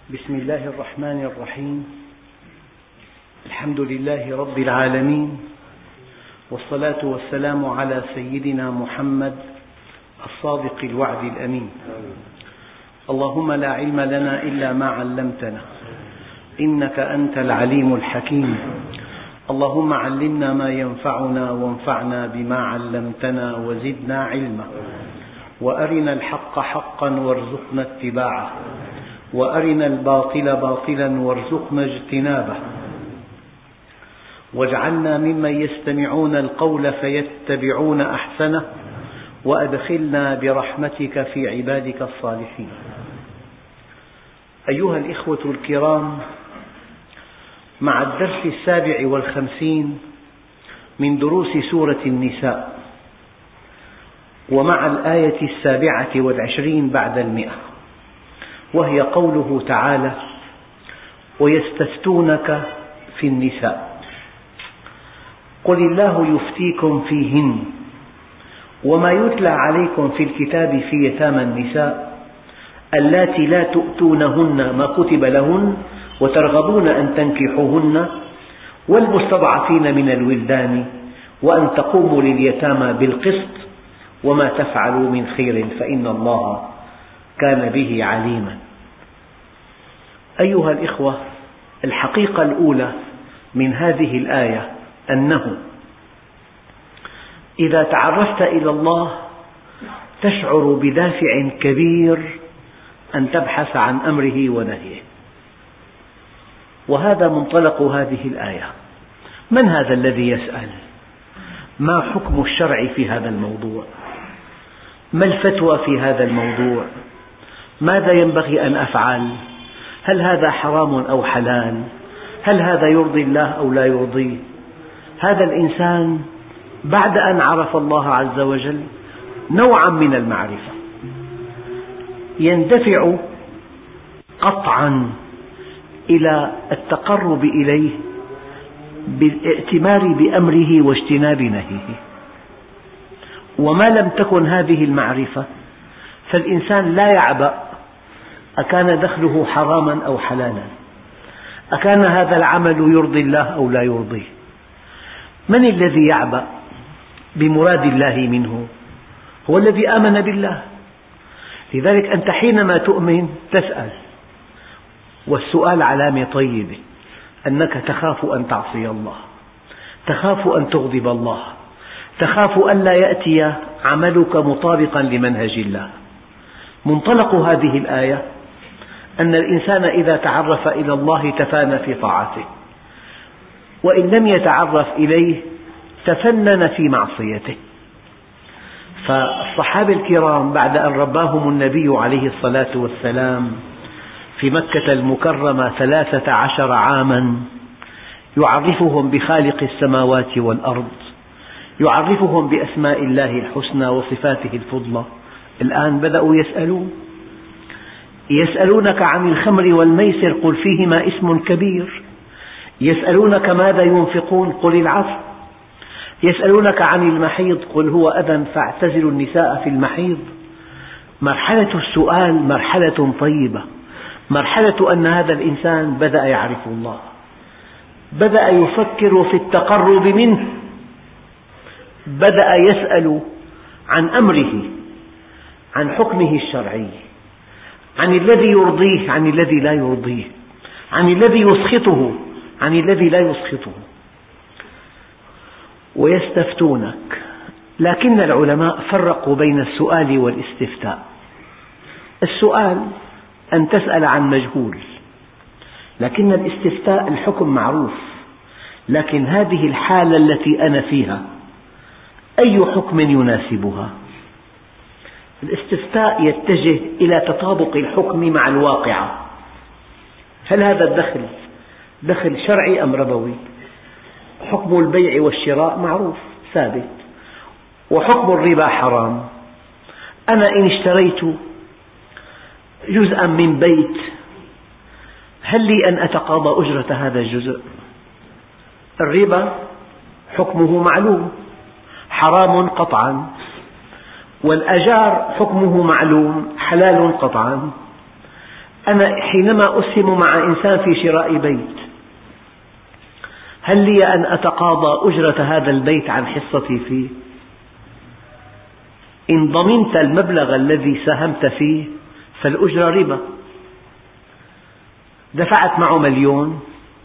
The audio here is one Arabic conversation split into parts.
بسم الله الرحمن الرحيم. الحمد لله رب العالمين، والصلاة والسلام على سيدنا محمد الصادق الوعد الأمين. اللهم لا علم لنا إلا ما علمتنا، إنك أنت العليم الحكيم. اللهم علمنا ما ينفعنا وانفعنا بما علمتنا وزدنا علما، وأرنا الحق حقا وارزقنا اتباعه، وأرنا الباطل باطلا وارزقنا اجتنابه، واجعلنا ممن يستمعون القول فيتبعون أحسنه، وأدخلنا برحمتك في عبادك الصالحين. أيها الإخوة الكرام، مع الدرس 57 من دروس سورة النساء، ومع الآية 27 بعد 100، وهي قوله تعالى: ويستفتونك في النساء قل الله يفتيكم فيهن وما يتلى عليكم في الكتاب في يتامى النساء اللاتي لا تؤتونهن ما كتب لهن وترغبون أن تنكحوهن والمستضعفين من الولدان وأن تقوموا لليتامى بالقسط وما تفعلوا من خير فإن الله كان به عليما. أيها الإخوة، الحقيقة الأولى من هذه الآية أنه إذا تعرفت إلى الله تشعر بدافع كبير أن تبحث عن أمره ونهيه، وهذا منطلق هذه الآية. من هذا الذي يسأل؟ ما حكم الشرع في هذا الموضوع؟ ما الفتوى في هذا الموضوع؟ ماذا ينبغي أن أفعل؟ هل هذا حرام أو حلال؟ هل هذا يرضي الله أو لا يرضيه؟ هذا الإنسان بعد أن عرف الله عز وجل نوعا من المعرفة يندفع قطعا إلى التقرب إليه بالائتمار بأمره واجتناب نهيه. وما لم تكن هذه المعرفة فالإنسان لا يعبأ أكان دخله حراما أو حلالا، أكان هذا العمل يرضي الله أو لا يرضيه. من الذي يعبأ بمراد الله منه؟ هو الذي آمن بالله. لذلك أنت حينما تؤمن تسأل، والسؤال علامة طيبة، أنك تخاف أن تعصي الله، تخاف أن تغضب الله، تخاف أن لا يأتي عملك مطابقا لمنهج الله. منطلق هذه الآية أن الإنسان إذا تعرف إلى الله تفانى في طاعته، وإن لم يتعرف إليه تفنن في معصيته. فالصحابة الكرام بعد أن رباهم النبي عليه الصلاة والسلام في مكة المكرمة 13 عاما يعرفهم بخالق السماوات والأرض، يعرفهم بأسماء الله الحسنى وصفاته الفضلى، الآن بدأوا يسألونك عن الخمر والميسر قل فيهما اسم كبير، يسألونك ماذا ينفقون قل العفو، يسألونك عن المحيض قل هو أذى فاعتزلوا النساء في المحيض. مرحلة السؤال مرحلة طيبة، مرحلة أن هذا الإنسان بدأ يعرف الله، بدأ يفكر في التقرب منه، بدأ يسأل عن أمره، عن حكمه الشرعي، عن الذي يرضيه، عن الذي لا يرضيه، عن الذي يسخطه، عن الذي لا يسخطه. ويستفتونك، لكن العلماء فرقوا بين السؤال والاستفتاء. السؤال أن تسأل عن مجهول، لكن الاستفتاء الحكم معروف. لكن هذه الحالة التي أنا فيها أي حكم يناسبها؟ الاستفتاء يتجه إلى تطابق الحكم مع الواقعة. هل هذا الدخل دخل شرعي أم ربوي؟ حكم البيع والشراء معروف ثابت، وحكم الربا حرام. أنا إن اشتريت جزءا من بيت هل لي أن أتقاضى أجرة هذا الجزء؟ الربا حكمه معلوم حرام قطعا، والأجار حكمه معلوم حلال قطعا. أنا حينما أسهم مع إنسان في شراء بيت، هل لي أن أتقاضى أجرة هذا البيت عن حصتي فيه؟ إن ضمنت المبلغ الذي ساهمت فيه فالأجرة ربا. دفعت معه 1,000,000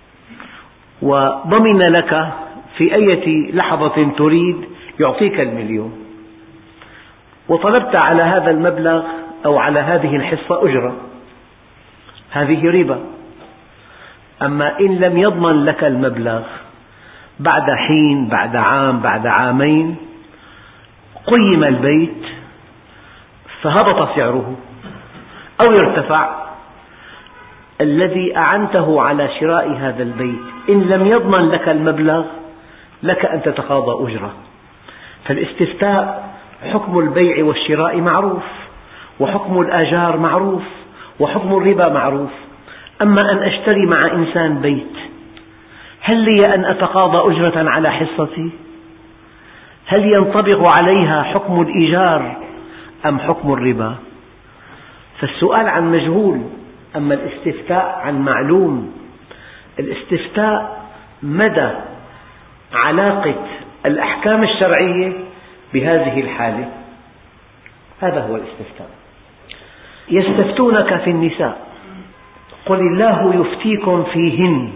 وضمن لك في أي لحظة تريد يعطيك 1,000,000، وطلبت على هذا المبلغ أو على هذه الحصة أجرة، هذه ربا. أما إن لم يضمن لك المبلغ بعد حين، بعد عام، بعد عامين، قيم البيت فهبط سعره أو ارتفع، الذي أعنته على شراء هذا البيت إن لم يضمن لك المبلغ لك أن تتقاضى أجرة. فالاستفتاء حكم البيع والشراء معروف، وحكم الآجار معروف، وحكم الربا معروف. أما أن أشتري مع إنسان بيت، هل لي أن أتقاضى أجرة على حصتي؟ هل ينطبق عليها حكم الإيجار أم حكم الربا؟ فالسؤال عن مجهول، أما الاستفتاء عن معلوم. الاستفتاء مدى علاقة الأحكام الشرعية بهذه الحالة، هذا هو الاستفتاء. يستفتونك في النساء قل الله يفتيكم فيهن.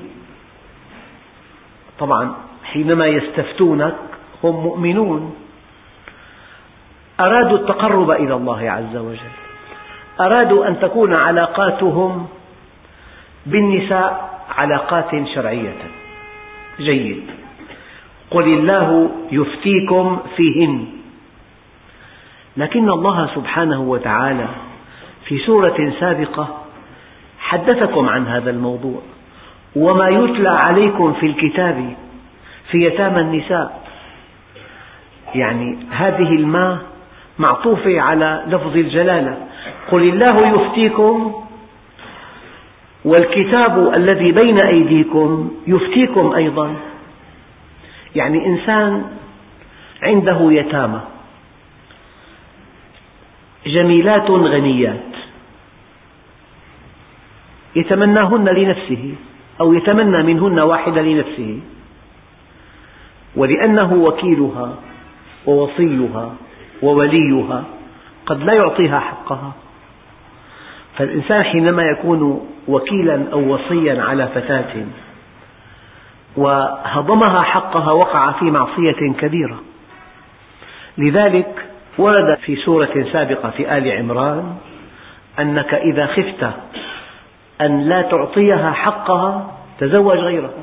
طبعا حينما يستفتونك هم مؤمنون، أرادوا التقرب إلى الله عز وجل، أرادوا أن تكون علاقاتهم بالنساء علاقات شرعية. جيد. قل الله يفتيكم فيهن. لكن الله سبحانه وتعالى في سورة سابقة حدثكم عن هذا الموضوع: وما يتلى عليكم في الكتاب في يتامى النساء. يعني هذه الماء معطوفة على لفظ الجلالة، قل الله يفتيكم والكتاب الذي بين أيديكم يفتيكم أيضا. يعني إنسان عنده يتامى جميلات غنيات يتمناهن لنفسه أو يتمنى منهن واحدة لنفسه، ولأنه وكيلها ووصيها ووليها قد لا يعطيها حقها. فالإنسان حينما يكون وكيلا أو وصيا على فتاة وهضمها حقها وقع في معصية كبيرة. لذلك ورد في سورة سابقة في آل عمران أنك إذا خفت أن لا تعطيها حقها تزوج غيرها.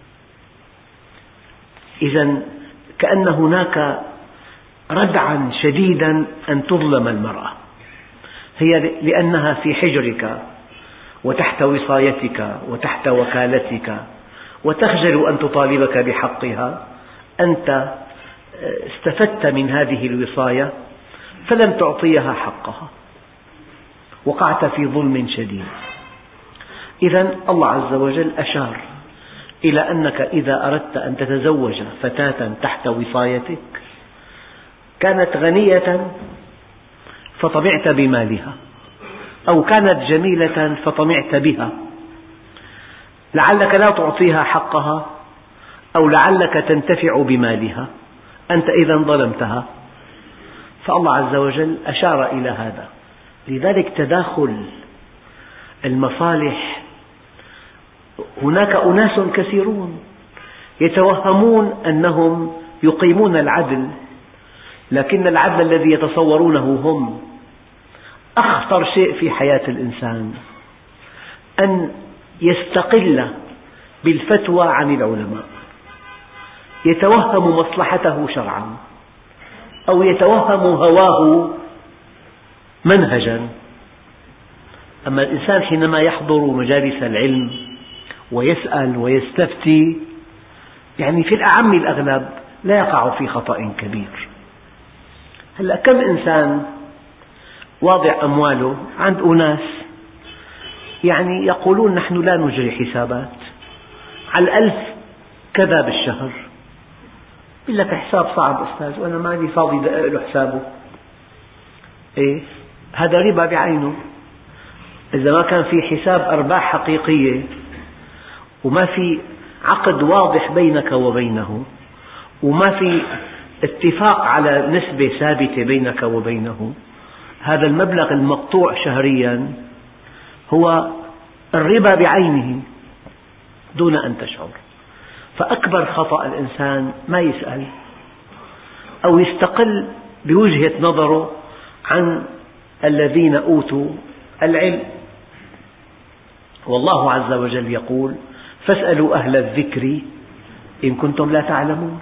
إذن كأن هناك ردعا شديدا أن تظلم المرأة، هي لأنها في حجرك وتحت وصايتك وتحت وكالتك وتخجل أن تطالبك بحقها. أنت استفدت من هذه الوصاية فلم تعطيها حقها، وقعت في ظلم شديد. إذن الله عز وجل أشار إلى أنك إذا أردت أن تتزوج فتاة تحت وصايتك كانت غنية فطمعت بمالها، أو كانت جميلة فطمعت بها، لعلك لا تعطيها حقها أو لعلك تنتفع بمالها، أنت إذن ظلمتها. فالله عز وجل أشار إلى هذا. لذلك تداخل المصالح، هناك أناس كثيرون يتوهمون أنهم يقيمون العدل، لكن العدل الذي يتصورونه هم أخطر شيء في حياة الإنسان أن يستقل بالفتوى عن العلماء، يتوهم مصلحته شرعا أو يتوهم هواه منهجا. أما الإنسان حينما يحضر مجالس العلم ويسأل ويستفتي، يعني في الأعم الأغلب لا يقع في خطأ كبير. هلأ كم إنسان واضع أمواله عند أناس يعني يقولون نحن لا نجري حسابات، على 1000 كذا بالشهر، يقول لك حساب صعب أستاذ وأنا مالي فاضي دقق له حسابه. إيه؟ هذا ربا بعينه. إذا ما كان في حساب أرباح حقيقية وما في عقد واضح بينك وبينه وما في اتفاق على نسبة ثابتة بينك وبينه، هذا المبلغ المقطوع شهريا هو الربا بعينه دون أن تشعر. فأكبر خطأ الإنسان ما يسأل أو يستقل بوجهة نظره عن الذين أوتوا العلم. والله عز وجل يقول: فاسألوا أهل الذكر إن كنتم لا تعلمون.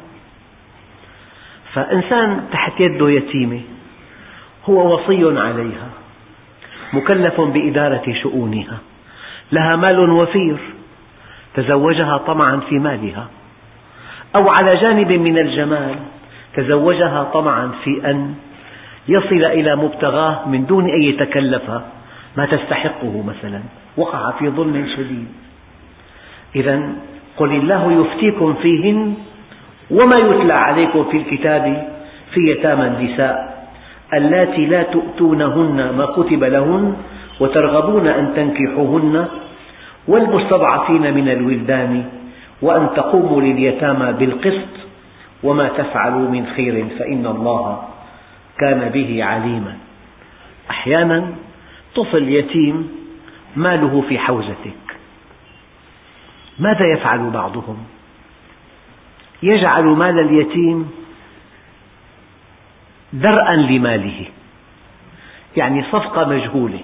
فإنسان تحت يده يتيمة هو وصي عليها، مكلف بإدارة شؤونها، لها مال وفير تزوجها طمعا في مالها، أو على جانب من الجمال تزوجها طمعا في أن يصل إلى مبتغاه من دون أن يتكلف ما تستحقه مثلا، وقع في ظلم شديد. إذن قل الله يفتيكم فيهن وما يتلى عليكم في الكتاب في يتامى النساء اللاتي لا تؤتونهن ما كتب لهن وترغبون أن تنكحوهن والمستضعفين من الولدان وأن تقوموا لليتامى بالقسط وما تفعلوا من خير فإن الله كان به عليما. أحيانا طفل يتيم ماله في حوزتك، ماذا يفعل بعضهم؟ يجعل مال اليتيم درءا لماله، يعني صفقة مجهولة،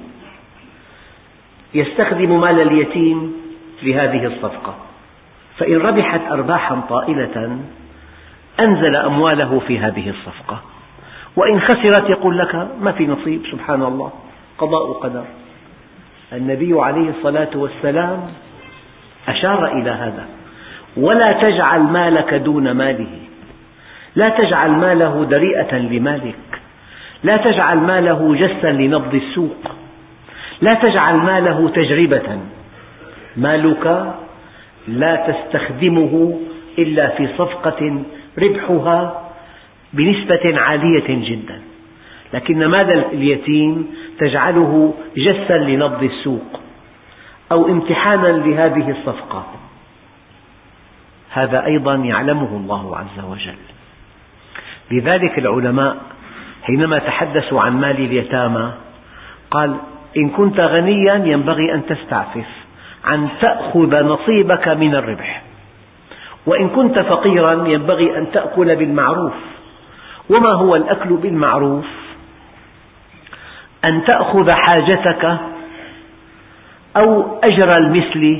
يستخدم مال اليتيم لهذه الصفقة، فإن ربحت أرباحا طائلة أنزل أمواله في هذه الصفقة، وإن خسرت يقول لك ما في نصيب، سبحان الله، قضاء وقدر. النبي عليه الصلاة والسلام أشار إلى هذا: ولا تجعل مالك دون ماله، لا تجعل ماله دريئة لمالك، لا تجعل ماله جسا لنبض السوق، لا تجعل ماله تجربة. مالك لا تستخدمه إلا في صفقة ربحها بنسبة عالية جدا، لكن مال اليتيم تجعله جسا لنبض السوق أو امتحانا لهذه الصفقة. هذا أيضا يعلمه الله عز وجل. لذلك العلماء حينما تحدثوا عن مال اليتامى قال: إن كنت غنيا ينبغي أن تستعفف عن تأخذ نصيبك من الربح، وإن كنت فقيرا ينبغي أن تأكل بالمعروف. وما هو الأكل بالمعروف؟ أن تأخذ حاجتك أو أجر المثل،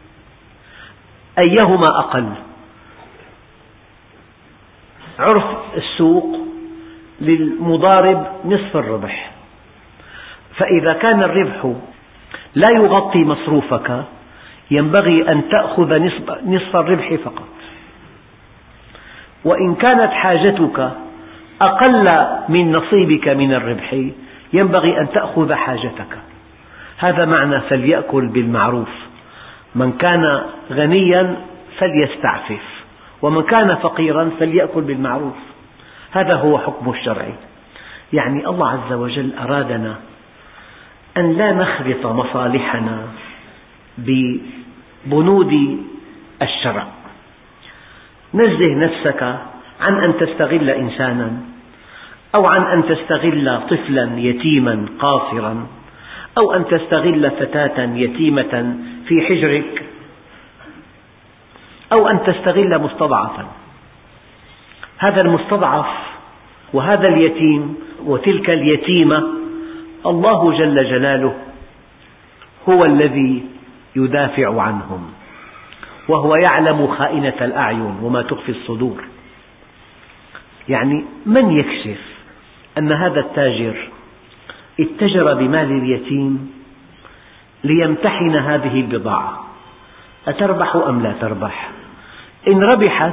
أيهما أقل. عرف السوق للمضارب نصف الربح، فإذا كان الربح لا يغطي مصروفك ينبغي أن تأخذ نصف الربح فقط، وإن كانت حاجتك أقل من نصيبك من الربح ينبغي أن تأخذ حاجتك. هذا معنى فليأكل بالمعروف. من كان غنيا فليستعفف، ومن كان فقيرا فليأكل بالمعروف. هذا هو حكم الشرع. يعني الله عز وجل أرادنا أن لا نخلط مصالحنا ببنود الشرع. نزه نفسك عن أن تستغل إنسانا أو عن أن تستغل طفلا يتيما قاصرا أو أن تستغل فتاة يتيمة في حجرك أو أن تستغل مستضعفا. هذا المستضعف وهذا اليتيم وتلك اليتيمة الله جل جلاله هو الذي يدافع عنهم، وهو يعلم خائنة الأعين وما تخفي الصدور. يعني من يكشف أن هذا التاجر اتجر بمال اليتيم ليمتحن هذه البضاعة، أتربح أم لا تربح؟ إن ربحت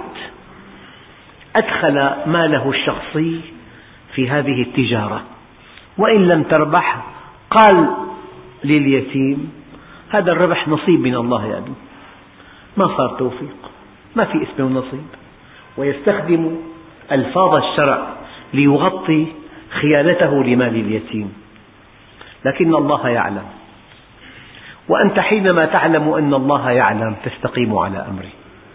أدخل ماله الشخصي في هذه التجارة، وإن لم تربح قال لليتيم: هذا الربح نصيب من الله يا أبي، ما صار توفيق، ما في اسمه نصيب. ويستخدم ألفاظ الشرع ليغطي خيانته لمال اليتيم. لكن الله يعلم وأنت حينما تعلم أن الله يعلم تستقيم على أمره.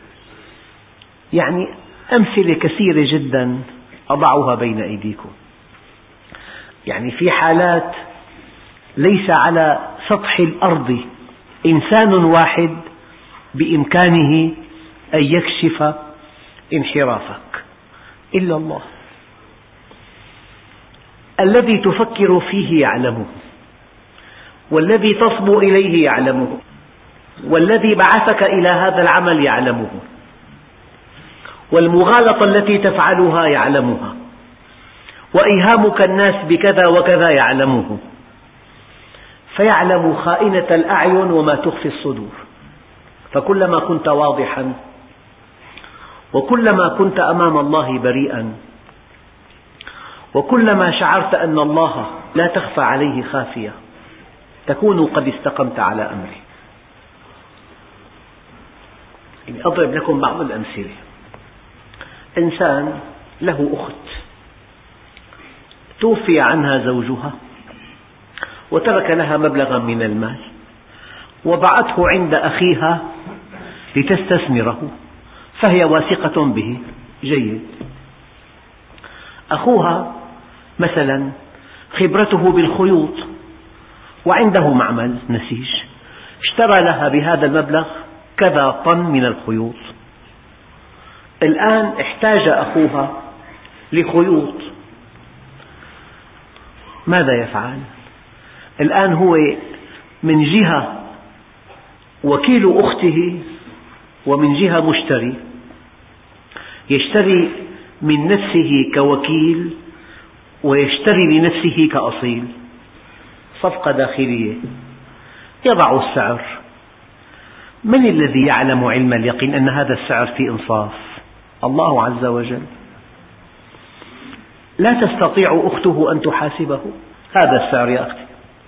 يعني أمثلة كثيرة جدا أضعها بين أيديكم. يعني في حالات ليس على سطح الأرض إنسان واحد بإمكانه أن يكشف انحرافك إلا الله. الذي تفكر فيه يعلمه، والذي تصبو إليه يعلمه، والذي بعثك إلى هذا العمل يعلمه، والمغالطة التي تفعلها يعلمها، وإيهامك الناس بكذا وكذا يعلمه، فيعلم خائنة الأعين وما تخفي الصدور. فكلما كنت واضحا وكلما كنت أمام الله بريئا وكلما شعرت أن الله لا تخفى عليه خافية تكون قد استقمت على أمره. أضرب لكم بعض الأمثلة. إنسان له أخت توفي عنها زوجها وترك لها مبلغا من المال وضعته عند أخيها لتستثمره، فهي واثقة به جيد. أخوها مثلا خبرته بالخيوط وعنده معمل نسيج، اشترى لها بهذا المبلغ كذا طن من الخيوط. الآن احتاج أخوها لخيوط، ماذا يفعل؟ الآن هو من جهة وكيل أخته ومن جهة مشتري، يشتري من نفسه كوكيل ويشتري لنفسه كأصيل، صفقة داخلية. يضع السعر. من الذي يعلم علم اليقين أن هذا السعر فيه إنصاف؟ الله عز وجل. لا تستطيع أخته أن تحاسبه هذا السعر يا أختي،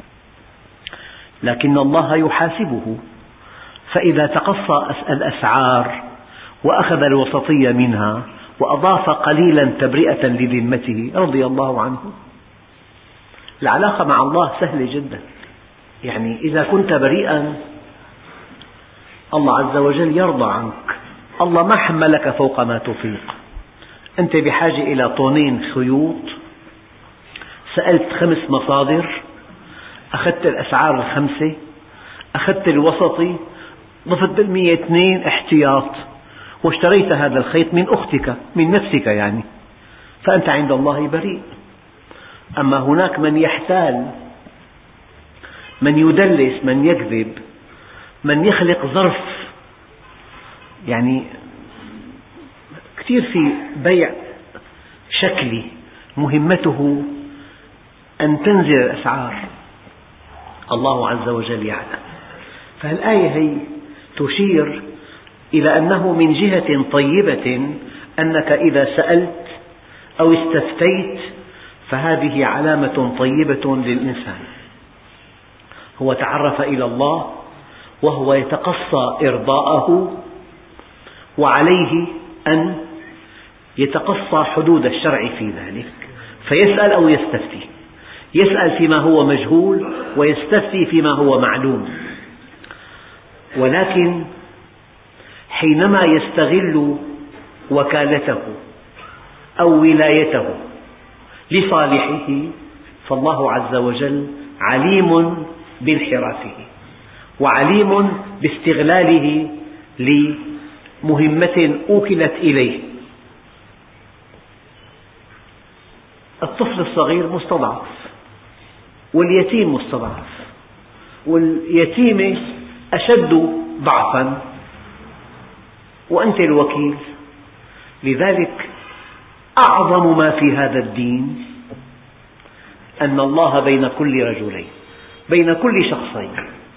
لكن الله يحاسبه. فإذا تقصى الأسعار وأخذ الوسطية منها وأضاف قليلا تبرئة لذمته رضي الله عنه. العلاقة مع الله سهلة جدا. يعني إذا كنت بريئا الله عز وجل يرضى عنك. الله ما حملك فوق ما تطيق. أنت بحاجة إلى طنين خيوط، سألت 5 مصادر، أخذت الأسعار ال5، أخذت الوسطي، ضفت بالمية 2 احتياط، واشتريت هذا الخيط من أختك من نفسك يعني، فأنت عند الله بريء. أما هناك من يحتال، من يدلس، من يكذب، من يخلق ظرف. يعني كثير في بيع شكلي مهمته أن تنزل الأسعار، الله عز وجل يعلم. فالآية هي تشير إلى أنه من جهة طيبة أنك إذا سألت أو استفتيت فهذه علامة طيبة للإنسان. هو تعرف إلى الله وهو يتقصى إرضاءه، وعليه أن يتقصى حدود الشرع في ذلك، فيسأل أو يستفتي. يسأل فيما هو مجهول ويستفتي فيما هو معلوم. ولكن حينما يستغل وكالته أو ولايته لصالحه فالله عز وجل عليم بانحرافه وعليم باستغلاله لمهمة أوكلت إليه. الطفل الصغير مستضعف واليتيم مستضعف، واليتيمة أشد ضعفا وأنت الوكيل. لذلك أعظم ما في هذا الدين أن الله بين كل رجلين، بين كل شخصين.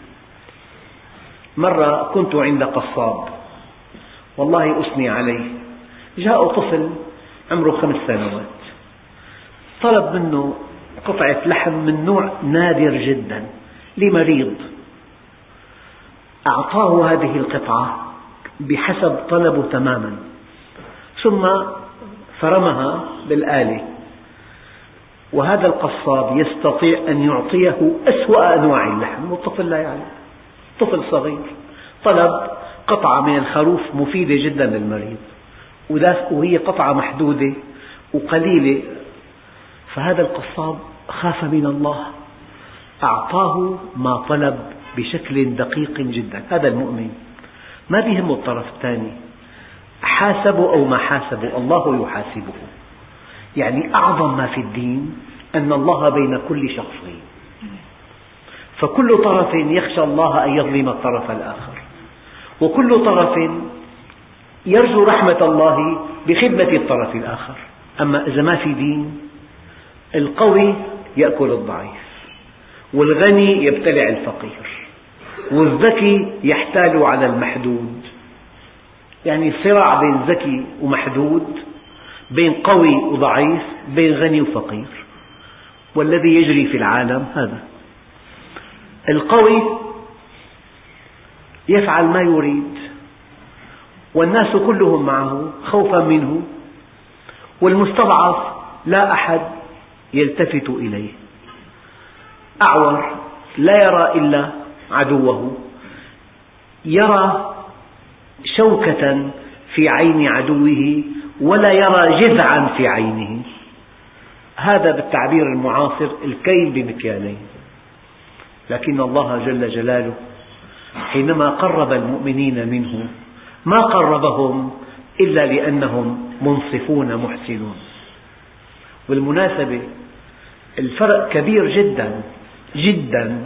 مرة كنت عند قصاب والله أثني عليه، جاء طفل عمره 5 سنوات طلب منه قطعة لحم من نوع نادر جدا لمريض، أعطاه هذه القطعة بحسب طلبه تماما، ثم فرمها بالآلة. وهذا القصاب يستطيع أن يعطيه أسوأ أنواع اللحم والطفل لا يعلم. طفل صغير طلب قطعة من الخروف مفيدة جدا للمريض، وهي قطعة محدودة وقليلة، فهذا القصاب خاف من الله، أعطاه ما طلب بشكل دقيق جدا. هذا المؤمن ما بيهمه الطرف الثاني، حاسبوا أو ما حاسبوا الله يحاسبه. يعني أعظم ما في الدين أن الله بين كل شخصين، فكل طرف يخشى الله أن يظلم الطرف الآخر، وكل طرف يرجو رحمة الله بخدمة الطرف الآخر. أما إذا ما في دين، القوي يأكل الضعيف، والغني يبتلع الفقير، والذكي يحتال على المحدود. يعني صراع بين ذكي ومحدود، بين قوي وضعيف، بين غني وفقير. والذي يجري في العالم هذا، القوي يفعل ما يريد والناس كلهم معه خوفا منه، والمستضعف لا أحد يلتفت إليه، أعور لا يرى إلا عدوه، يرى شوكة في عين عدوه ولا يرى جذعا في عينه. هذا بالتعبير المعاصر الكيل بمكيالين. لكن الله جل جلاله حينما قرب المؤمنين منه ما قربهم إلا لأنهم منصفون محسنون. بالمناسبة الفرق كبير جدا جدا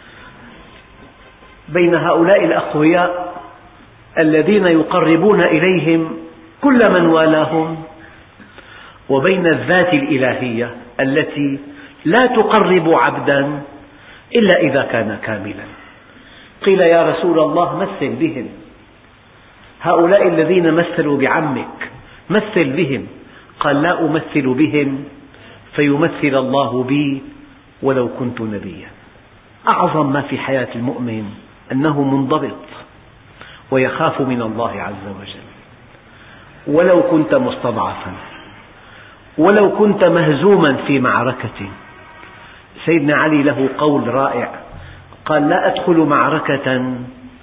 بين هؤلاء الأقوياء الذين يقربون إليهم كل من والاهم، وبين الذات الإلهية التي لا تقرب عبدا إلا إذا كان كاملا. قيل يا رسول الله مثل بهم، هؤلاء الذين مثلوا بعمك مثل بهم. قال لا أمثل بهم فيمثل الله بي ولو كنت نبيا. أعظم ما في حياة المؤمن أنه منضبط ويخاف من الله عز وجل. ولو كنت مستضعفا، ولو كنت مهزوما في معركة. سيدنا علي له قول رائع، قال لا أدخل معركة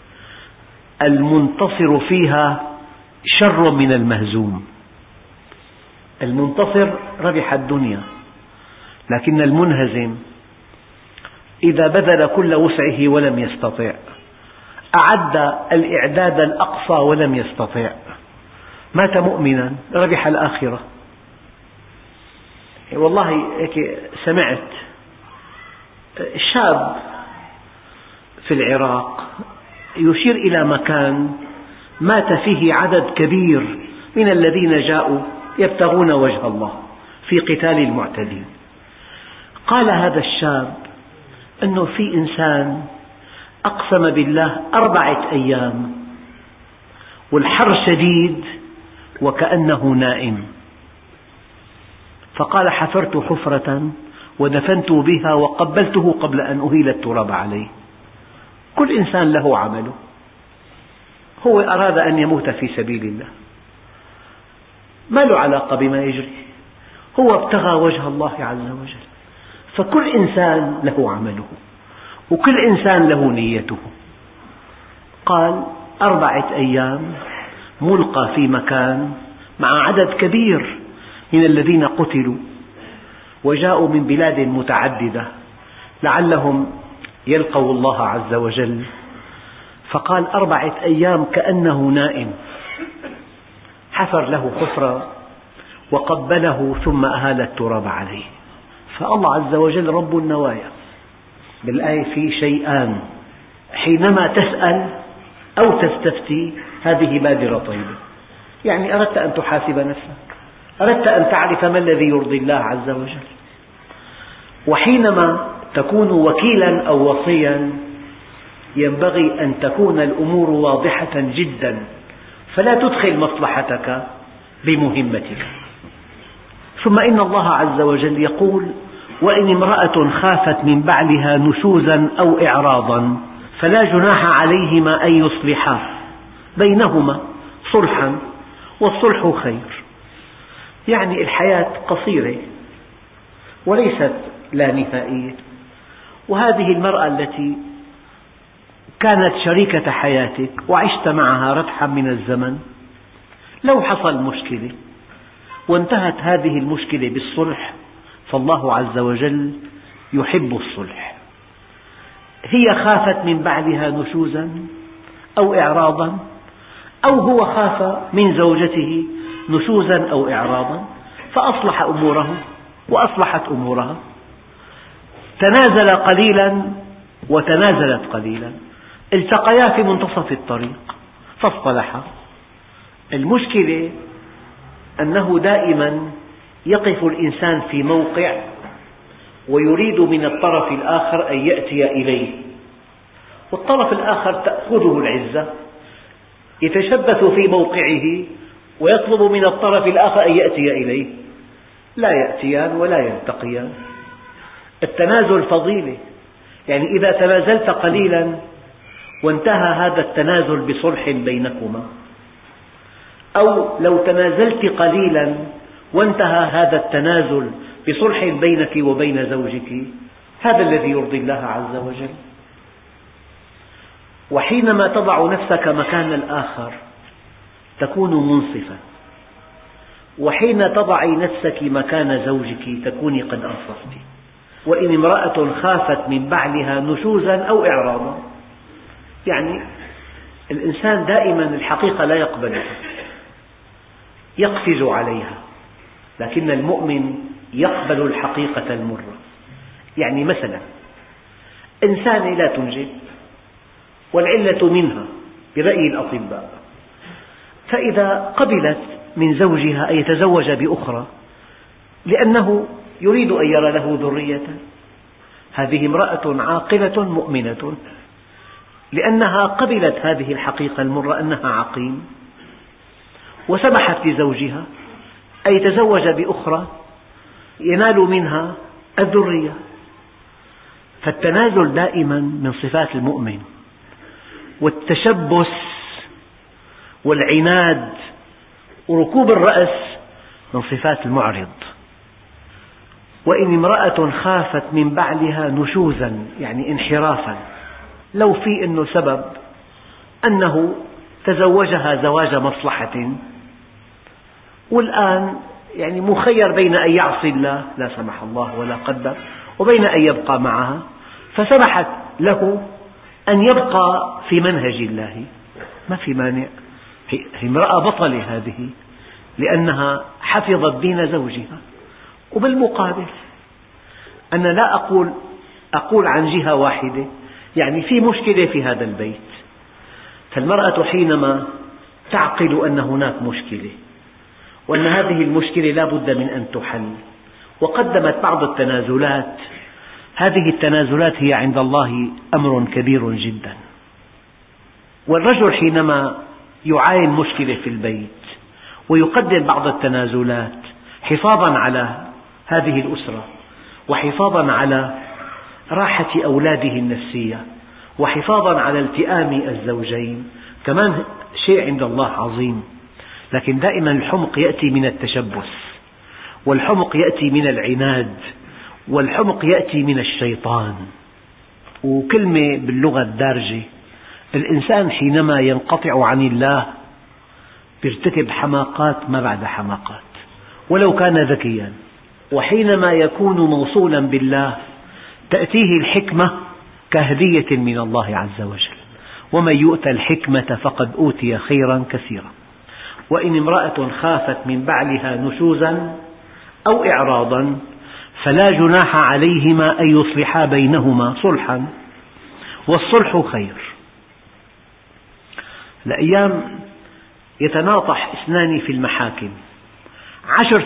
المنتصر فيها شر من المهزوم. المنتصر ربح الدنيا، لكن المنهزم إذا بذل كل وسعه ولم يستطع، أعد الإعداد الأقصى ولم يستطع، مات مؤمنا ربح الآخرة. والله هيك سمعت شاب في العراق يشير إلى مكان مات فيه عدد كبير من الذين جاءوا يبتغون وجه الله في قتال المعتدين. قال هذا الشاب أنه في إنسان أقسم بالله 4 أيام والحر شديد وكأنه نائم، فقال حفرت حفرة ودفنت بها وقبلته قبل أن أهيل التراب عليه. كل إنسان له عمله، هو أراد أن يموت في سبيل الله، ما له علاقة بما يجري، هو ابتغى وجه الله عز وجل. فكل إنسان له عمله وكل إنسان له نيته. قال 4 أيام ملقى في مكان مع عدد كبير من الذين قتلوا وجاءوا من بلاد متعددة لعلهم يلقوا الله عز وجل. فقال 4 أيام كأنه نائم، حفر له حفرة وقبله ثم أهال التراب عليه. فالله عز وجل رب النوايا. بالآية في شيئان، حينما تسأل أو تستفتي هذه بادرة طيبة، يعني أردت أن تحاسب نفسك، أردت أن تعرف ما الذي يرضي الله عز وجل. وحينما تكون وكيلا أو وصيا ينبغي أن تكون الأمور واضحة جدا، فلا تدخل مصلحتك بمهمتك. ثم إن الله عز وجل يقول وإن امرأة خافت من بعلها نشوزا أو إعراضا فلا جناح عليهما أن يصلحا بينهما صلحا والصلح خير. يعني الحياة قصيرة وليست لا نهائية، وهذه المرأة التي كانت شريكة حياتك وعشت معها ردحا من الزمن، لو حصل مشكلة وانتهت هذه المشكلة بالصلح فالله عز وجل يحب الصلح. هي خافت من بعلها نشوزا أو إعراضا، أو هو خاف من زوجته نشوزا أو إعراضا فأصلح أموره وأصلحت أمورها، تنازل قليلا وتنازلت قليلا، التقيا في منتصف الطريق فاصطلحا. المشكلة أنه دائما يقف الإنسان في موقع ويريد من الطرف الآخر أن يأتي إليه، والطرف الآخر تأخذه العزة، يتشبث في موقعه ويطلب من الطرف الآخر أن يأتي إليه، لا يأتيان ولا يلتقيان. التنازل فضيلة، يعني إذا تنازلت قليلا وانتهى هذا التنازل بصلح بينكما، أو لو تنازلت قليلا وانتهى هذا التنازل بصلح بينك وبين زوجك، هذا الذي يرضي الله عز وجل. وحينما تضع نفسك مكان الآخر تكون منصفا، وحين تضعي نفسك مكان زوجك تكوني قد أنصفتِ. وإن امرأة خافت من بعلها نشوزا أو إعراضا، يعني الإنسان دائما الحقيقة لا يقبلها، يقفز عليها، لكن المؤمن يقبل الحقيقة المرة. يعني مثلا إنسانة لا تنجب والعلة منها برأي الأطباء، فإذا قبلت من زوجها أن يتزوج بأخرى لأنه يريد أن يرى له ذرية، هذه امرأة عاقلة مؤمنة، لأنها قبلت هذه الحقيقة المرة أنها عقيم، وسمحت لزوجها أن يتزوج بأخرى ينال منها الذرية. فالتنازل دائما من صفات المؤمن، والتشبث والعناد وركوب الرأس من صفات المعرض. وإن امرأة خافت من بعلها نشوزا، يعني انحرافا، لو في أنه سبب أنه تزوجها زواج مصلحة والآن يعني مخير بين أن يعصي الله لا سمح الله ولا قدر وبين أن يبقى معها، فسمحت له أن يبقى في منهج الله، ما في مانع، هي امرأة بطلة هذه لأنها حفظت دين زوجها. وبالمقابل أنا لا أقول عن جهة واحدة، يعني في مشكلة في هذا البيت، فالمرأة حينما تعقل أن هناك مشكلة وأن هذه المشكلة لا بد من أن تحل وقدمت بعض التنازلات، هذه التنازلات هي عند الله أمر كبير جدا. والرجل حينما يعاين مشكلة في البيت ويقدم بعض التنازلات حفاظا على هذه الأسرة وحفاظا على راحة أولاده النفسية وحفاظا على التئام الزوجين، كمان شيء عند الله عظيم. لكن دائما الحمق يأتي من التشبث، والحمق يأتي من العناد، والحمق يأتي من الشيطان. وكلمة باللغة الدارجة، الإنسان حينما ينقطع عن الله يرتكب حماقات ما بعد حماقات ولو كان ذكيا، وحينما يكون موصولا بالله تأتيه الحكمة كهدية من الله عز وجل، ومن يؤت الحكمة فقد أوتي خيرا كثيرا. وإن امرأة خافت من بعلها نشوزا أو إعراضا فلا جناح عليهما أن يصلحا بينهما صلحا، والصلح خير. الأيام يتناطح اثنان في المحاكم 10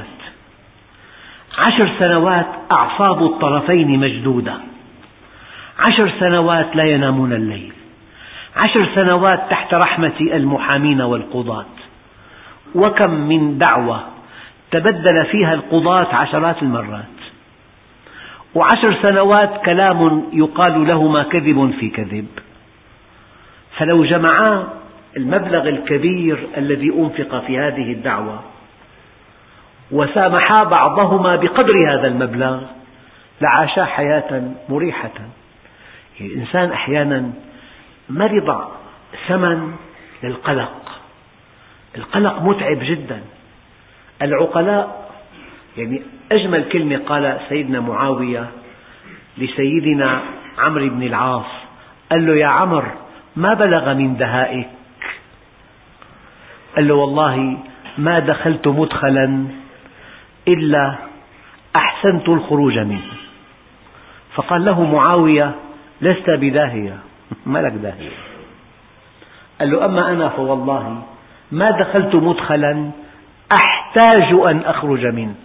سنوات أعصاب الطرفين مشدودة، 10 سنوات لا ينامون الليل، 10 سنوات تحت رحمة المحامين والقضاة، وكم من دعوة تبدل فيها القضاة عشرات المرات، و10 سنوات كلام يقال لهما كذب في كذب. فلو جمعا المبلغ الكبير الذي أنفق في هذه الدعوة وسامحا بعضهما بقدر هذا المبلغ لعاشا حياة مريحة. الإنسان أحيانا مرض ثمن للقلق. القلق متعب جدا. العقلاء، يعني أجمل كلمة قال سيدنا معاوية لسيدنا عمرو بن العاص، قال له: يا عمرو، ما بلغ من دهائك؟ قال له: والله ما دخلت مدخلا إلا أحسنت الخروج منه. فقال له معاوية: لست بداهية، ما لك داهية. قال له: أما أنا فوالله ما دخلت مدخلا أحتاج أن أخرج منه.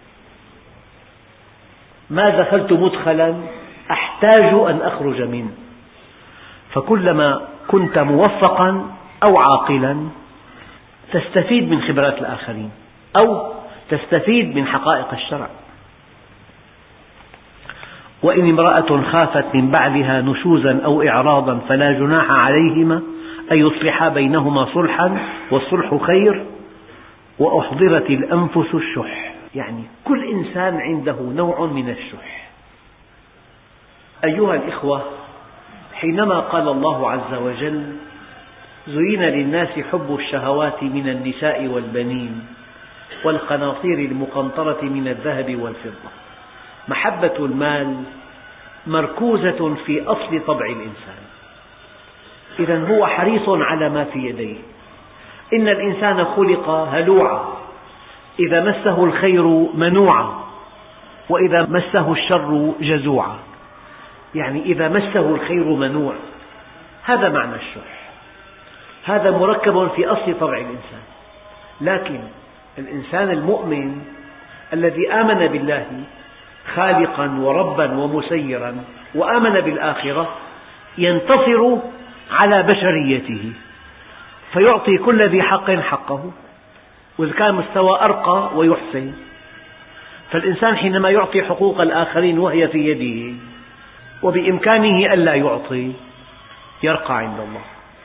ما دخلت مدخلا أحتاج أن أخرج منه. فكلما كنت موفقا أو عاقلا تستفيد من خبرات الآخرين أو تستفيد من حقائق الشرع. وإن امرأة خافت من بعلها نشوزا أو إعراضا فلا جناح عليهما أن يصلحا بينهما صلحا والصلح خير وأحضرت الأنفس الشح. يعني كل إنسان عنده نوع من الشح. أيها الإخوة، حينما قال الله عز وجل: زين للناس حب الشهوات من النساء والبنين والقناطير المقنطرة من الذهب والفضة، محبة المال مركوزة في أصل طبع الإنسان. إذن هو حريص على ما في يديه. إن الإنسان خلق هلوعا، إذا مسه الخير منوعا وإذا مسه الشر جزوعا. يعني إذا مسه الخير منوع، هذا معنى الشح. هذا مركب في أصل طبع الإنسان. لكن الإنسان المؤمن الذي آمن بالله خالقا وربا ومسيرا وآمن بالآخرة ينتصر على بشريته فيعطي كل ذي حق حقه، وإذا كان مستوى أرقى ويحسن. فالإنسان حينما يعطي حقوق الآخرين وهي في يده وبإمكانه ألا يعطي يرقى عند الله.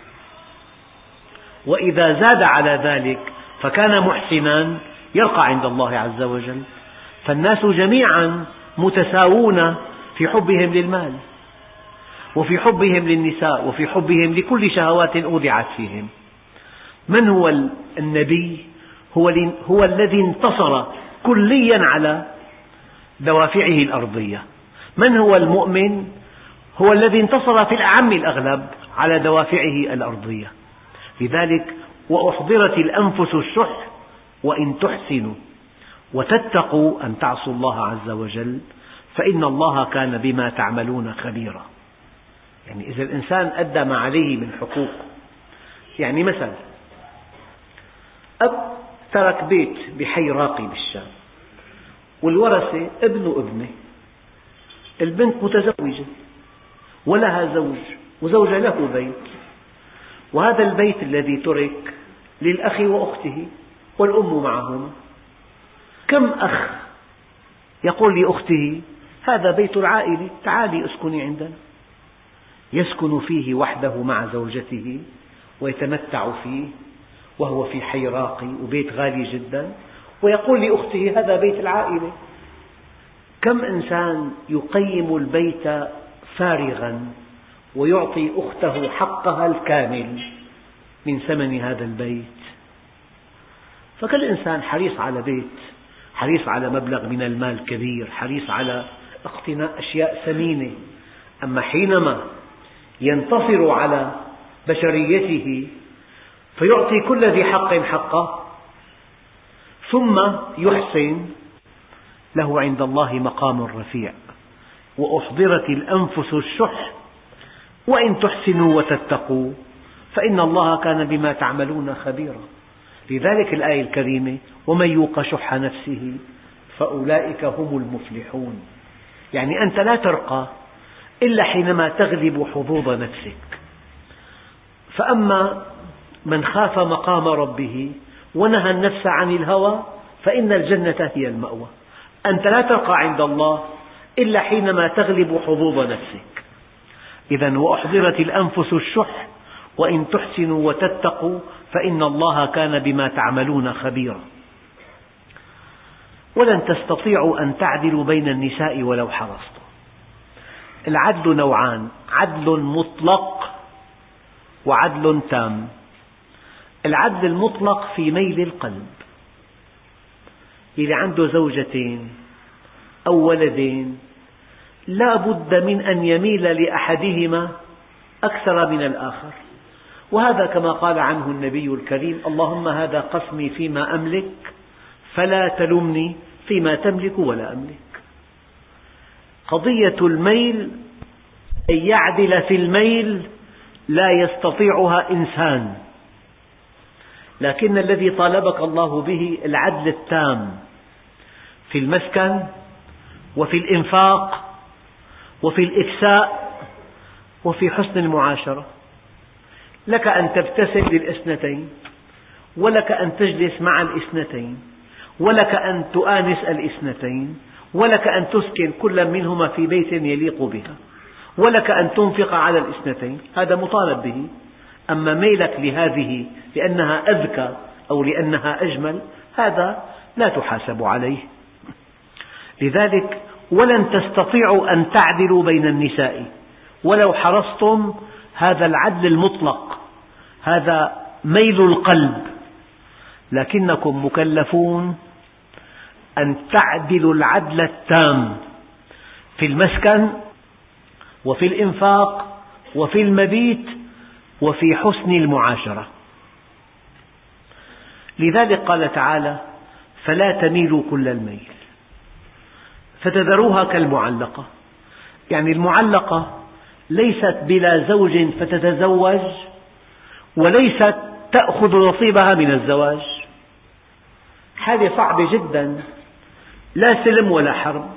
وإذا زاد على ذلك فكان محسنا يرقى عند الله عز وجل. فالناس جميعا متساوون في حبهم للمال وفي حبهم للنساء وفي حبهم لكل شهوات أودعت فيهم. من هو النبي؟ هو الذي انتصر كليا على دوافعه الأرضية. من هو المؤمن؟ هو الذي انتصر في الأعم الأغلب على دوافعه الأرضية. لذلك وأحضرت الأنفس الشح وإن تحسنوا وتتقوا أن تعصوا الله عز وجل فإن الله كان بما تعملون خبيرا. يعني إذا الإنسان أدى ما عليه من حقوق، يعني مثلا أب ترك بيت بحي راقي بالشام والورثة ابن وابنه، البنت متزوجة ولها زوج وزوج له بيت، وهذا البيت الذي ترك للأخ وأخته والأم معهما. كم أخ يقول لأخته: هذا بيت العائلة، تعالي اسكني عندنا، يسكن فيه وحده مع زوجته ويتمتع فيه وهو في حي راقي وبيت غالي جدا، ويقول لأخته: هذا بيت العائلة. كم إنسان يقيم البيت فارغا ويعطي أخته حقها الكامل من ثمن هذا البيت. فكل إنسان حريص على بيت، حريص على مبلغ من المال كبير، حريص على اقتناء أشياء ثمينة. أما حينما ينتصر على بشريته فيعطي كل ذي حق حقه ثم يحسن، له عند الله مقام رفيع. وأحضرت الأنفس الشح وإن تحسنوا وتتقوا فإن الله كان بما تعملون خبيرا. لذلك الآية الكريمة: ومن يوق شح نفسه فأولئك هم المفلحون. يعني أنت لا ترقى إلا حينما تغلب حظوظ نفسك. فأما من خاف مقام ربه ونهى النفس عن الهوى فإن الجنة هي المأوى. أنت لا ترقى عند الله إلا حينما تغلب حظوظ نفسك. إذن وأحضرت الأنفس الشح وإن تحسنوا وتتقوا فإن الله كان بما تعملون خبيرا. ولن تستطيعوا أن تعدلوا بين النساء ولو حرصتم. العدل نوعان: عدل مطلق وعدل تام. العدل المطلق في ميل القلب، اللي عنده زوجتين أو ولدين لا بد من أن يميل لأحدهما أكثر من الآخر، وهذا كما قال عنه النبي الكريم: اللهم هذا قسمي فيما أملك فلا تلمني فيما تملك ولا أملك. قضية الميل أن يعدل في الميل لا يستطيعها إنسان، لكن الذي طالبك الله به العدل التام في المسكن وفي الإنفاق وفي الإكساء وفي حسن المعاشرة. لك أن تبتسم للاثنتين، ولك أن تجلس مع الاثنتين، ولك أن تؤانس الاثنتين، ولك أن تسكن كل منهما في بيت يليق بها، ولك أن تنفق على الاثنتين، هذا مطالب به. أما ميلك لهذه لأنها أذكى أو لأنها أجمل، هذا لا تحاسب عليه. لذلك ولن تستطيعوا أن تعدلوا بين النساء ولو حرصتم، هذا العدل المطلق، هذا ميل القلب، لكنكم مكلفون أن تعدلوا العدل التام في المسكن وفي الإنفاق وفي المبيت وفي حسن المعاشرة. لذلك قال تعالى: فلا تميلوا كل الميل فتذروها كالمعلقة. يعني المعلقة ليست بلا زوج فتتزوج، وليست تأخذ نصيبها من الزواج، حالة صعبة جدا، لا سلم ولا حرب.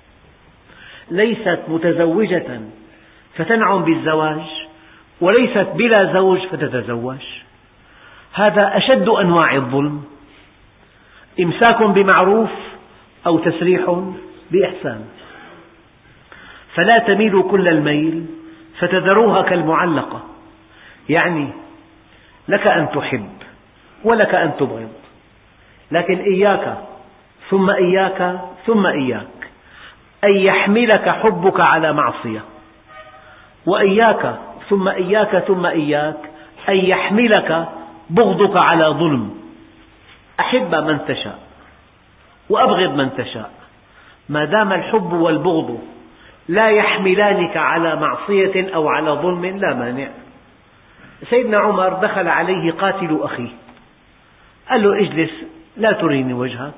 ليست متزوجة فتنعم بالزواج، وليست بلا زوج فتتزوج. هذا أشد أنواع الظلم، إمساك بمعروف أو تسريح بإحسان. فلا تميلوا كل الميل فتذروها كالمعلقة، يعني لك أن تحب ولك أن تبغض، لكن إياك ثم إياك ثم إياك أن يحملك حبك على معصية، وإياك ثم إياك ثم إياك أن يحملك بغضك على ظلم. أحب من تشاء وأبغض من تشاء، ما دام الحب والبغض لا يحملانك على معصية أو على ظلم لا مانع. سيدنا عمر دخل عليه قاتل أخيه، قال له: اجلس لا تريني وجهك.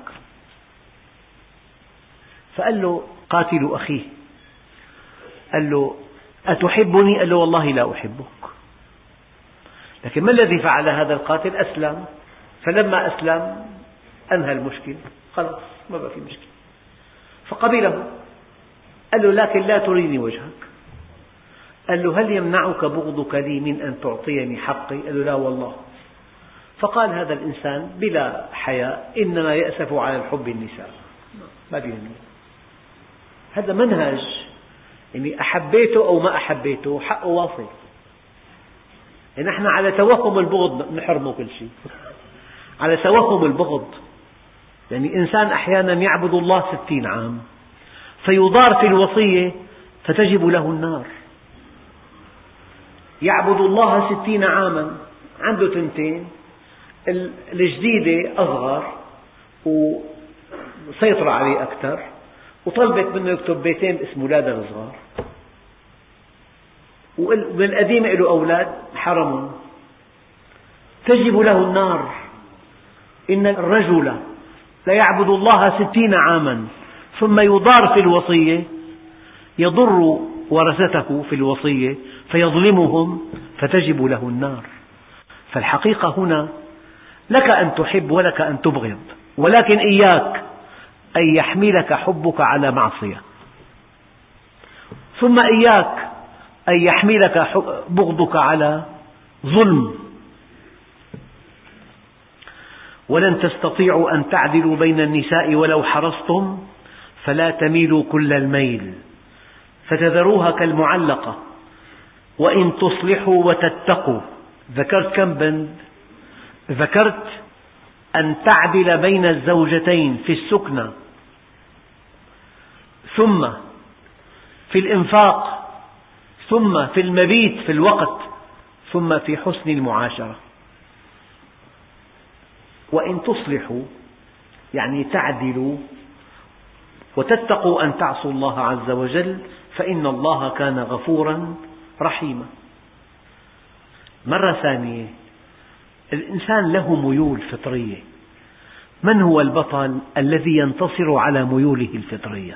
فقال له: قاتل أخيه، قال له: أتحبني؟ قال له: والله لا أحبك. لكن ما الذي فعل هذا القاتل؟ أسلم، فلما أسلم أنهى المشكلة، خلاص ما بقى في مشكلة، فقبله. قال له: لكن لا تريني وجهك. قال له: هل يمنعك بغضك لي من أن تعطيني حقي؟ قال له: لا والله. فقال هذا الإنسان بلا حياء: إنما يأسف على الحب النساء، ما بيهمني. هذا منهج، يعني أحبيته أو ما أحبيته حقه واصل. يعني نحن على توهم البغض نحرمه كل شيء، على توهم البغض. يعني إنسان أحيانا يعبد الله 60 عام فيضار في الوصية فتجب له النار. يعبد الله 60 عاما، عنده تنتين، الجديدة أصغر وسيطرة عليه أكثر، وطلبت منه يكتب بيتين باسم أولادها الصغار، ومن القديم له أولاد حرم، تجب له النار. إن الرجل ليعبد الله 60 عاما ثم يضار في الوصية، يضر ورثته في الوصية فيظلمهم فتجب له النار. فالحقيقة هنا لك أن تحب ولك أن تبغض، ولكن إياك أن يحملك حبك على معصية، ثم إياك أن يحملك بغضك على ظلم. ولن تستطيعوا أن تعدلوا بين النساء ولو حرصتم فلا تميلوا كل الميل فتذروها كالمعلقة وإن تصلحوا وتتقوا. ذكرت كم بند؟ ذكرت أن تعدل بين الزوجتين في السكنى، ثم في الإنفاق، ثم في المبيت في الوقت، ثم في حسن المعاشرة. وإن تصلحوا يعني تعدلوا وتتقوا أن تعصوا الله عز وجل فإن الله كان غفورا رحيما. مرة ثانية، الإنسان له ميول فطرية. من هو البطل الذي ينتصر على ميوله الفطرية؟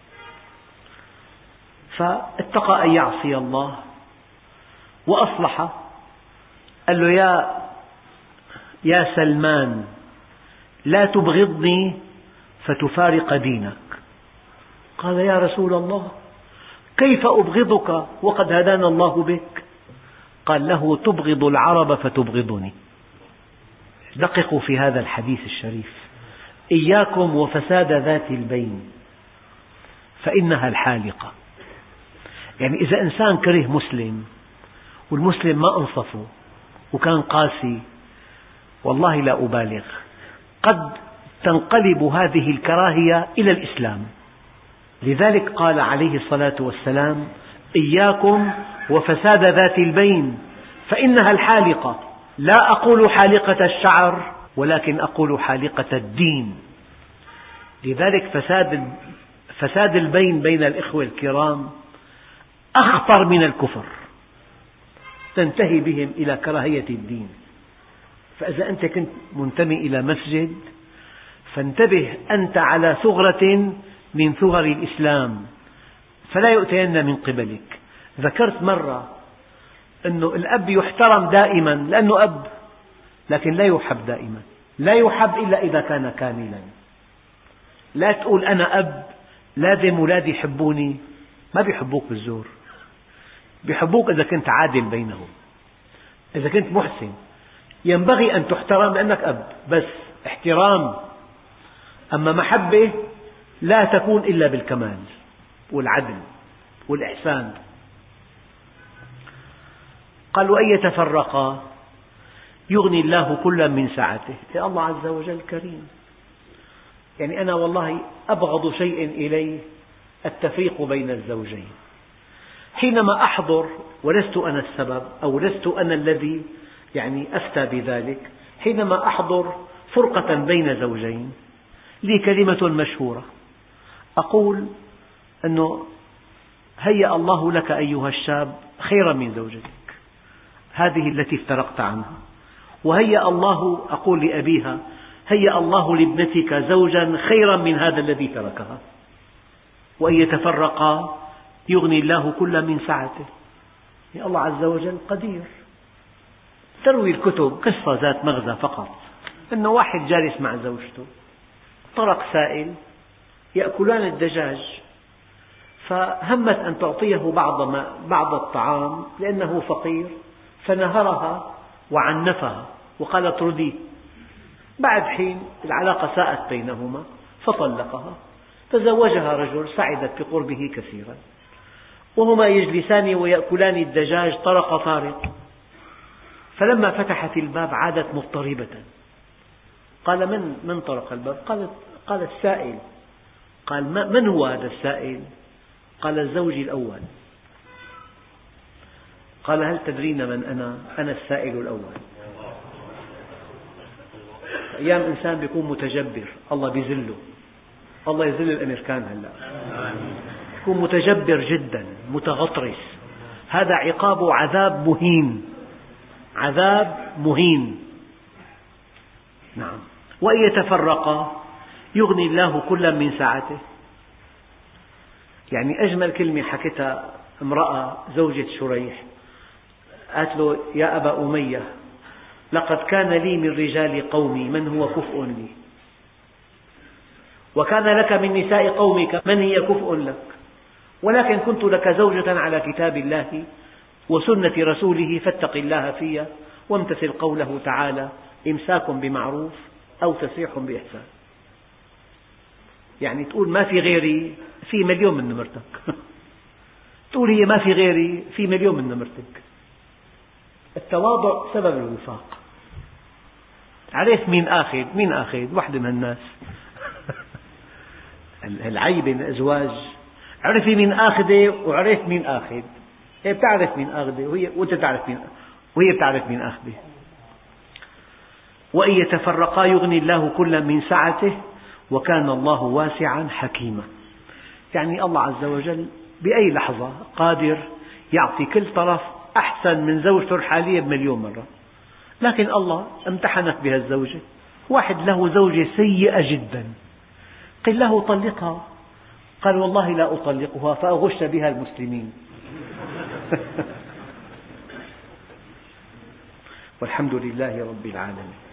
فاتقى أن يعصي الله وأصلح، قال له يا سلمان لا تبغضني فتفارق دينك. قال يا رسول الله كيف أبغضك وقد هدانا الله بك؟ قال له تبغض العرب فتبغضني. دققوا في هذا الحديث الشريف: إياكم وفساد ذات البين فإنها الحالقة. يعني إذا إنسان كره مسلم والمسلم ما أنصفه وكان قاسي، والله لا أبالغ، قد تنقلب هذه الكراهية إلى الإسلام. لذلك قال عليه الصلاة والسلام: إياكم وفساد ذات البين فإنها الحالقة. لا أقول حالقة الشعر ولكن أقول حالقة الدين. لذلك فساد البين بين الإخوة الكرام أخطر من الكفر، تنتهي بهم إلى كراهية الدين. فإذا أنت كنت منتمي إلى مسجد فانتبه أنت على ثغرة من ثغر الإسلام فلا يؤتين من قبلك. ذكرت مرة أن الأب يحترم دائما لأنه أب، لكن لا يحب دائما، لا يحب إلا إذا كان كاملا. لا تقول أنا أب لازم أولادي يحبوني، ما بيحبوك بالزور، بيحبوك إذا كنت عادل بينهم، إذا كنت محسن. ينبغي أن تحترم لأنك أب، بس احترام. أما محبة لا تكون إلا بالكمال والعدل والإحسان. قال: وأن يتفرقا يغني الله كلا من سعته. يا الله عز وجل كريم. يعني أنا والله أبغض شيء إلي التفريق بين الزوجين. حينما أحضر ولست أنا السبب أو لست أنا الذي أفتى بذلك، حينما أحضر فرقة بين زوجين لي كلمة مشهورة أقول أنه هيأ الله لك أيها الشاب خيرا من زوجتك هذه التي افترقت عنها، وهيأ الله، أقول لأبيها: هيأ الله لابنتك زوجا خيرا من هذا الذي تركها. وأن يتفرقا يغني الله كلا من سعته. يا الله عز وجل قدير. تروي الكتب قصة ذات مغزى فقط، أنه واحد جالس مع زوجته، طرق سائل يأكلان الدجاج، فهمت أن تعطيه بعض الطعام لأنه فقير، فنهرها وعنفها وقال: اطرديه. بعد حين العلاقة ساءت بينهما فطلقها، تزوجها رجل سعدت بقربه كثيرا، وهما يجلسان ويأكلان الدجاج طرق طارق، فلما فتحت الباب عادت مضطربة. قال: من طرق الباب؟ قال: السائل. قال: من هو هذا السائل؟ قال: الزوج الأول. قال: هل تدرين من أنا؟ أنا السائل الأول. أيام إنسان بيكون متجبر الله بيذله، الله يذل الأمريكان هلأ، يكون متجبر جدا متغطرس، هذا عقابه عذاب مهين، عذاب مهين. نعم. وإن يتفرقا يغني الله كلا من سعته. يعني أجمل كلمة حكتها امرأة زوجة شريح، قالت له: يا أبا أمية، لقد كان لي من رجال قومي من هو كفء لي، وكان لك من نساء قومك من هي كفء لك، ولكن كنت لك زوجة على كتاب الله وسنة رسوله، فاتق الله في وامتثل قوله تعالى: إمساك بمعروف أو تسريح بإحسان. يعني تقول ما في غيري، في مليون من نمرتك. تقول هي ما في غيري، في مليون من نمرتك. التواضع سبب الوفاق. عرفت مين آخذ واحدة من الناس. العيب بين الأزواج، عرفي مين آخذة وعرفت مين آخذ. هي بتعرف مين آخذة وأنت تعرف مين، وهي تعرف مين أخذه. وإن يتفرقا يغني الله كلا من سعته وكان الله واسعا حكيما. يعني الله عز وجل بأي لحظة قادر يعطي كل طرف أحسن من زوجته الحالية بمليون مرة، لكن الله امتحنك بهالزوجة. واحد له زوجة سيئة جدا، قل له طلقها، قال والله لا أطلقها فأغش بها المسلمين. والحمد لله رب العالمين.